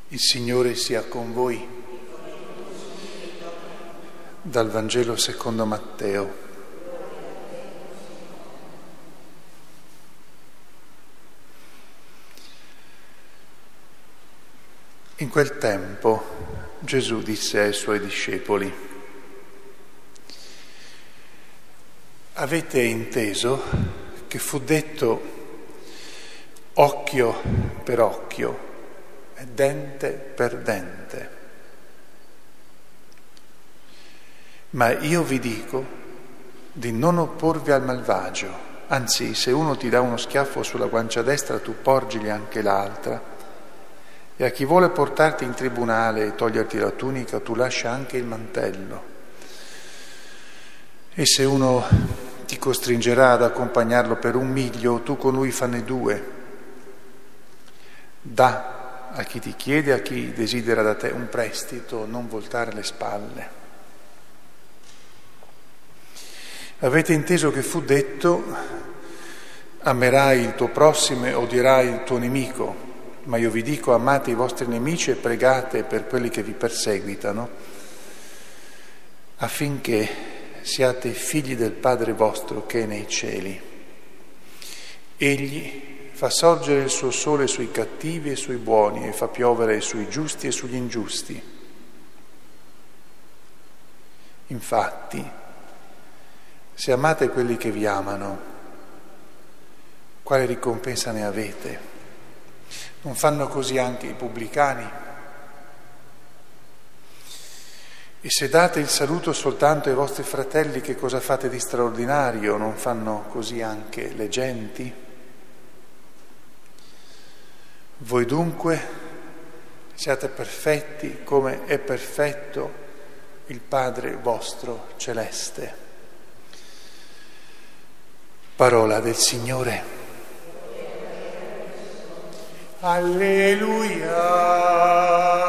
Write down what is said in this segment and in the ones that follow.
Il Signore sia con voi. Dal Vangelo secondo Matteo. In quel tempo Gesù disse ai suoi discepoli: avete inteso che fu detto occhio per occhio e dente per dente. Ma io vi dico di non opporvi al malvagio, anzi, se uno ti dà uno schiaffo sulla guancia destra, tu porgili anche l'altra. E a chi vuole portarti in tribunale e toglierti la tunica, tu lascia anche il mantello. E se uno ti costringerà ad accompagnarlo per 1 miglio, tu con lui fanne 2. Dà a chi ti chiede, a chi desidera da te un prestito, non voltare le spalle. Avete inteso che fu detto: amerai il tuo prossimo e odierai il tuo nemico. Ma io vi dico: amate i vostri nemici e pregate per quelli che vi perseguitano, affinché siate figli del Padre vostro che è nei cieli. Egli fa sorgere il suo sole sui cattivi e sui buoni e fa piovere sui giusti e sugli ingiusti. Infatti, se amate quelli che vi amano, quale ricompensa ne avete? Non fanno così anche i pubblicani? E se date il saluto soltanto ai vostri fratelli, che cosa fate di straordinario? Non fanno così anche le genti? Voi dunque siate perfetti come è perfetto il Padre vostro celeste. Parola del Signore. Alleluia.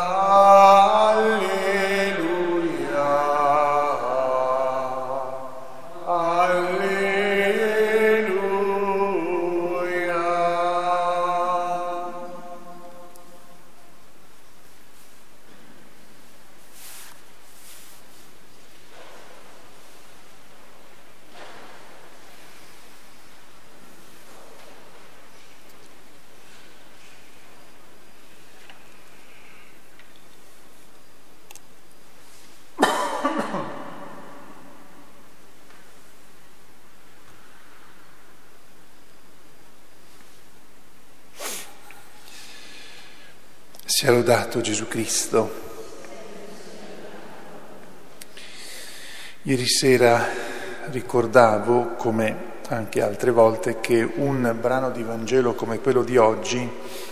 Sia lodato Gesù Cristo. Ieri sera ricordavo, come anche altre volte, che un brano di Vangelo come quello di oggi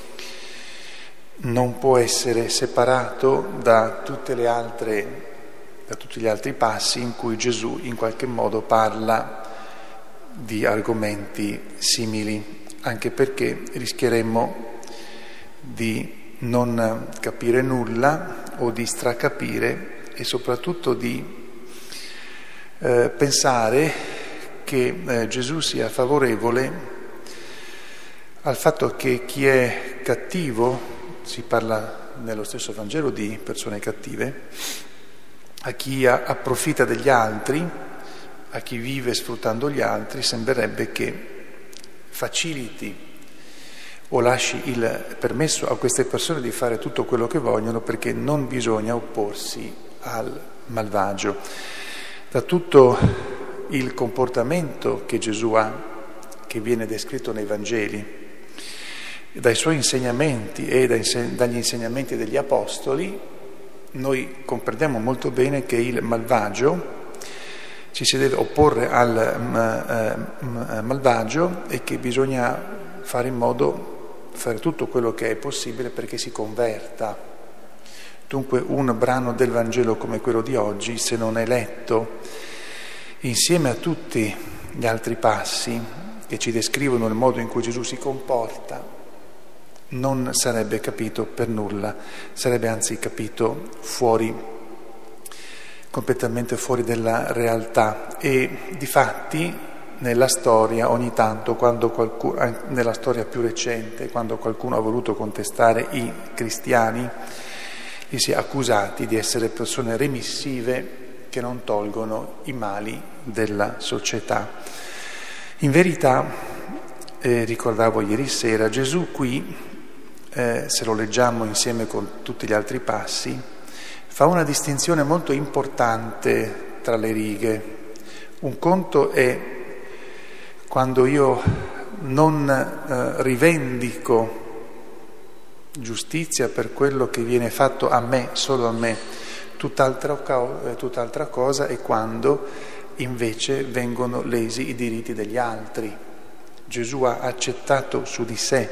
non può essere separato da tutti gli altri passi in cui Gesù in qualche modo parla di argomenti simili, anche perché rischieremmo di non capire nulla o di stracapire e soprattutto di pensare che Gesù sia favorevole al fatto che chi è cattivo, si parla nello stesso Vangelo di persone cattive, a chi approfitta degli altri, a chi vive sfruttando gli altri, sembrerebbe che faciliti o lasci il permesso a queste persone di fare tutto quello che vogliono, perché non bisogna opporsi al malvagio. Da tutto il comportamento che Gesù ha, che viene descritto nei Vangeli, dai suoi insegnamenti e dagli insegnamenti degli Apostoli, noi comprendiamo molto bene che il malvagio, ci si deve opporre al malvagio e che bisogna fare in modo fare tutto quello che è possibile perché si converta. Dunque un brano del Vangelo come quello di oggi, se non è letto insieme a tutti gli altri passi che ci descrivono il modo in cui Gesù si comporta, non sarebbe capito per nulla, sarebbe anzi capito completamente fuori dalla realtà. E difatti nella storia ogni tanto, nella storia più recente, quando qualcuno ha voluto contestare i cristiani, li si è accusati di essere persone remissive che non tolgono i mali della società. In verità, ricordavo ieri sera, Gesù qui, se lo leggiamo insieme con tutti gli altri passi, fa una distinzione molto importante tra le righe. Un conto è quando io non rivendico giustizia per quello che viene fatto a me, solo a me. Tutt'altra cosa è quando invece vengono lesi i diritti degli altri. Gesù ha accettato su di sé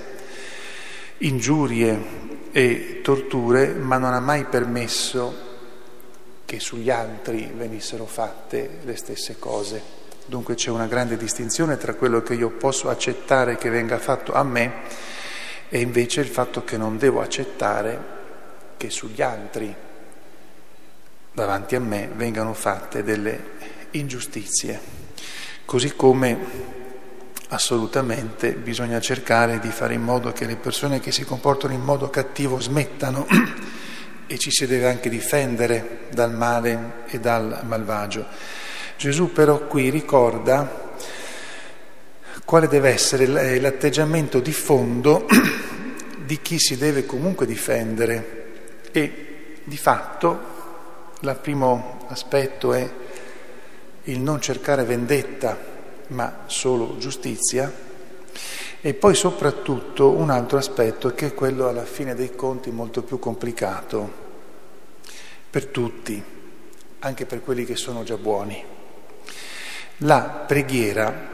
ingiurie e torture, ma non ha mai permesso che sugli altri venissero fatte le stesse cose. Dunque c'è una grande distinzione tra quello che io posso accettare che venga fatto a me e invece il fatto che non devo accettare che sugli altri davanti a me vengano fatte delle ingiustizie, così come assolutamente bisogna cercare di fare in modo che le persone che si comportano in modo cattivo smettano e ci si deve anche difendere dal male e dal malvagio. Gesù però qui ricorda quale deve essere l'atteggiamento di fondo di chi si deve comunque difendere e di fatto il primo aspetto è il non cercare vendetta, ma solo giustizia, e poi soprattutto un altro aspetto che è quello alla fine dei conti molto più complicato per tutti, anche per quelli che sono già buoni. La preghiera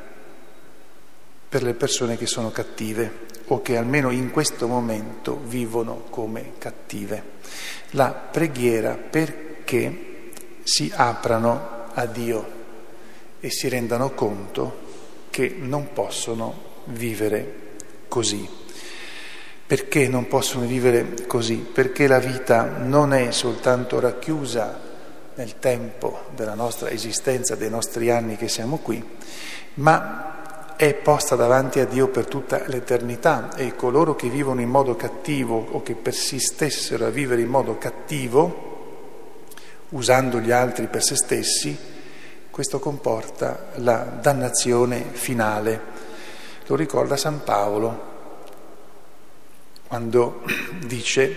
per le persone che sono cattive o che almeno in questo momento vivono come cattive. La preghiera perché si aprano a Dio e si rendano conto che non possono vivere così. Perché non possono vivere così? Perché la vita non è soltanto racchiusa nel tempo della nostra esistenza, dei nostri anni che siamo qui, ma è posta davanti a Dio per tutta l'eternità, e coloro che vivono in modo cattivo o che persistessero a vivere in modo cattivo, usando gli altri per se stessi, questo comporta la dannazione finale. Lo ricorda San Paolo quando dice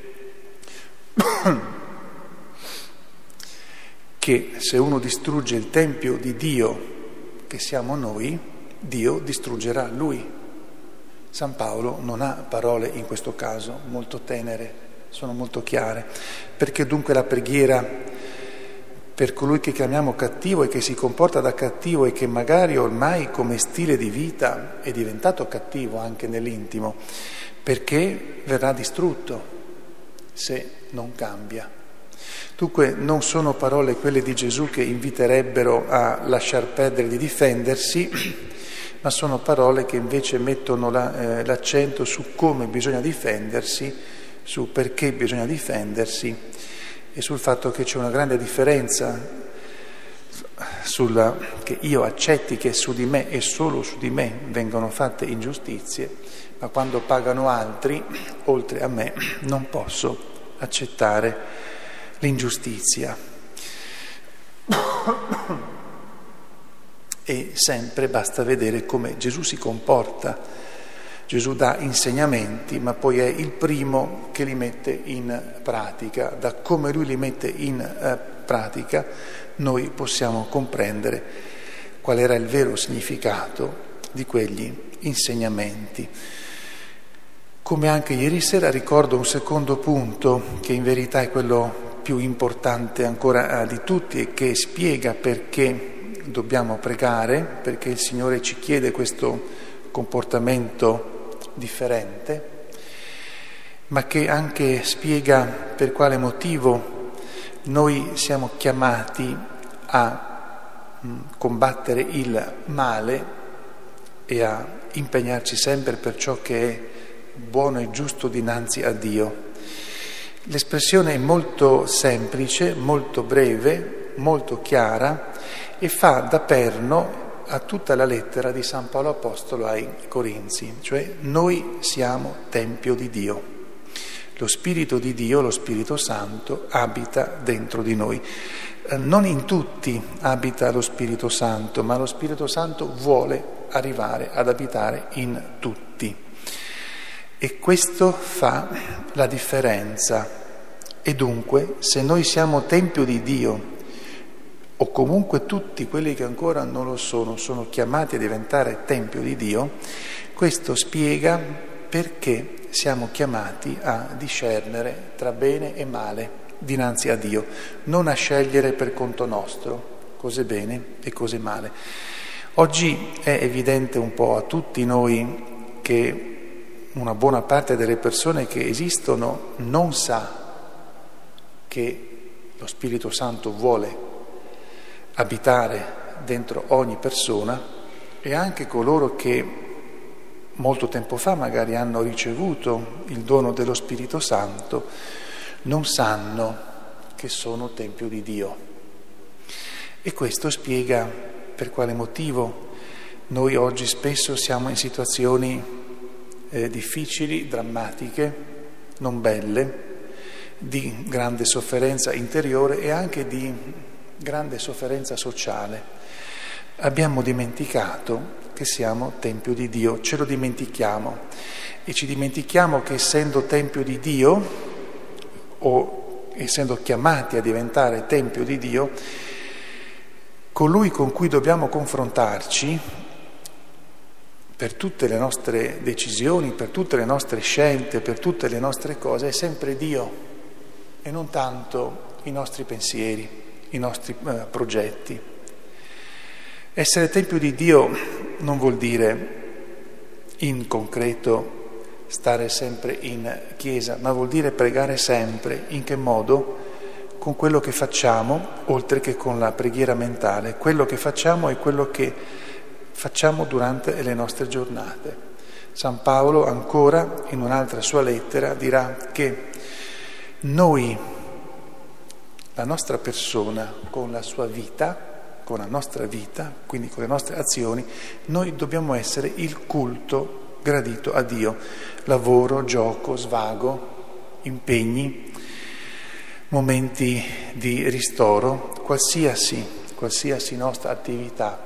che se uno distrugge il Tempio di Dio, che siamo noi, Dio distruggerà lui. San Paolo non ha parole in questo caso molto tenere, sono molto chiare. Perché dunque la preghiera per colui che chiamiamo cattivo e che si comporta da cattivo e che magari ormai come stile di vita è diventato cattivo anche nell'intimo, perché verrà distrutto se non cambia. Dunque non sono parole quelle di Gesù che inviterebbero a lasciar perdere di difendersi, ma sono parole che invece mettono l'accento su come bisogna difendersi, su perché bisogna difendersi e sul fatto che c'è una grande differenza che io accetti che su di me e solo su di me vengono fatte ingiustizie, ma quando pagano altri, oltre a me, non posso accettare l'ingiustizia. E sempre basta vedere come Gesù si comporta. Gesù dà insegnamenti, ma poi è il primo che li mette in pratica. Da come lui li mette in pratica, noi possiamo comprendere qual era il vero significato di quegli insegnamenti. Come anche ieri sera ricordo un secondo punto, che in verità è quello più importante ancora di tutti e che spiega perché dobbiamo pregare, perché il Signore ci chiede questo comportamento differente, ma che anche spiega per quale motivo noi siamo chiamati a combattere il male e a impegnarci sempre per ciò che è buono e giusto dinanzi a Dio. L'espressione è molto semplice, molto breve, molto chiara e fa da perno a tutta la lettera di San Paolo Apostolo ai Corinzi, cioè noi siamo Tempio di Dio. Lo Spirito di Dio, lo Spirito Santo, abita dentro di noi. Non in tutti abita lo Spirito Santo, ma lo Spirito Santo vuole arrivare ad abitare in tutti. E questo fa la differenza. E dunque, se noi siamo Tempio di Dio, o comunque tutti quelli che ancora non lo sono chiamati a diventare Tempio di Dio, questo spiega perché siamo chiamati a discernere tra bene e male dinanzi a Dio, non a scegliere per conto nostro cose bene e cose male. Oggi è evidente un po' a tutti noi che una buona parte delle persone che esistono non sa che lo Spirito Santo vuole abitare dentro ogni persona, e anche coloro che molto tempo fa magari hanno ricevuto il dono dello Spirito Santo non sanno che sono Tempio di Dio. E questo spiega per quale motivo noi oggi spesso siamo in situazioni difficili, drammatiche, non belle, di grande sofferenza interiore e anche di grande sofferenza sociale. Abbiamo dimenticato che siamo Tempio di Dio, ce lo dimentichiamo, e ci dimentichiamo che essendo Tempio di Dio, o essendo chiamati a diventare Tempio di Dio, colui con cui dobbiamo confrontarci per tutte le nostre decisioni, per tutte le nostre scelte, per tutte le nostre cose, è sempre Dio e non tanto i nostri pensieri, i nostri progetti. Essere Tempio di Dio non vuol dire in concreto stare sempre in chiesa, ma vuol dire pregare sempre. In che modo? Con quello che facciamo, oltre che con la preghiera mentale. Quello che facciamo è quello che facciamo durante le nostre giornate. San Paolo ancora in un'altra sua lettera dirà che noi, la nostra persona, con la sua vita, con la nostra vita, quindi con le nostre azioni, noi dobbiamo essere il culto gradito a Dio. Lavoro, gioco, svago, impegni, momenti di ristoro, qualsiasi nostra attività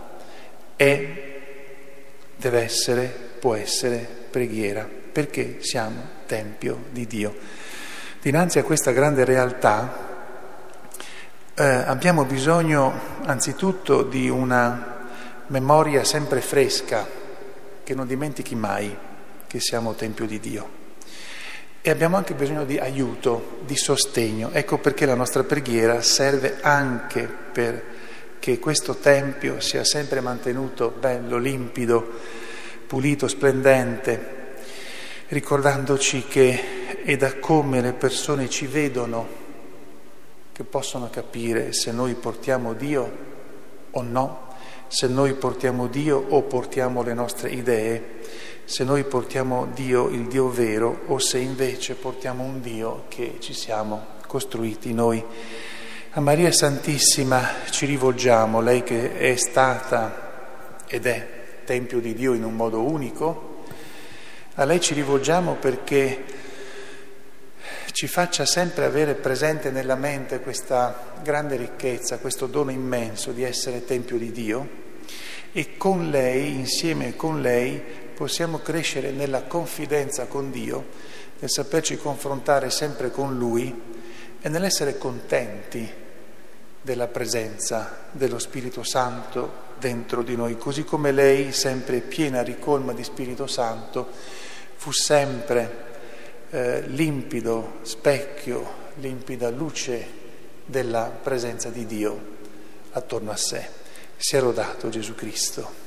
deve essere, può essere preghiera, perché siamo Tempio di Dio. Dinanzi a questa grande realtà abbiamo bisogno anzitutto di una memoria sempre fresca, che non dimentichi mai che siamo Tempio di Dio. E abbiamo anche bisogno di aiuto, di sostegno. Ecco perché la nostra preghiera serve anche perché questo Tempio sia sempre mantenuto bello, limpido, pulito, splendente, ricordandoci che è da come le persone ci vedono che possono capire se noi portiamo Dio o no, se noi portiamo Dio o portiamo le nostre idee, se noi portiamo Dio, il Dio vero, o se invece portiamo un Dio che ci siamo costruiti noi. A Maria Santissima ci rivolgiamo, lei che è stata ed è Tempio di Dio in un modo unico, a lei ci rivolgiamo perché ci faccia sempre avere presente nella mente questa grande ricchezza, questo dono immenso di essere Tempio di Dio, e con lei, insieme con lei, possiamo crescere nella confidenza con Dio, nel saperci confrontare sempre con Lui e nell'essere contenti della presenza dello Spirito Santo dentro di noi, così come lei, sempre piena, ricolma di Spirito Santo, fu sempre limpido specchio, limpida luce della presenza di Dio attorno a sé. Sia lodato Gesù Cristo.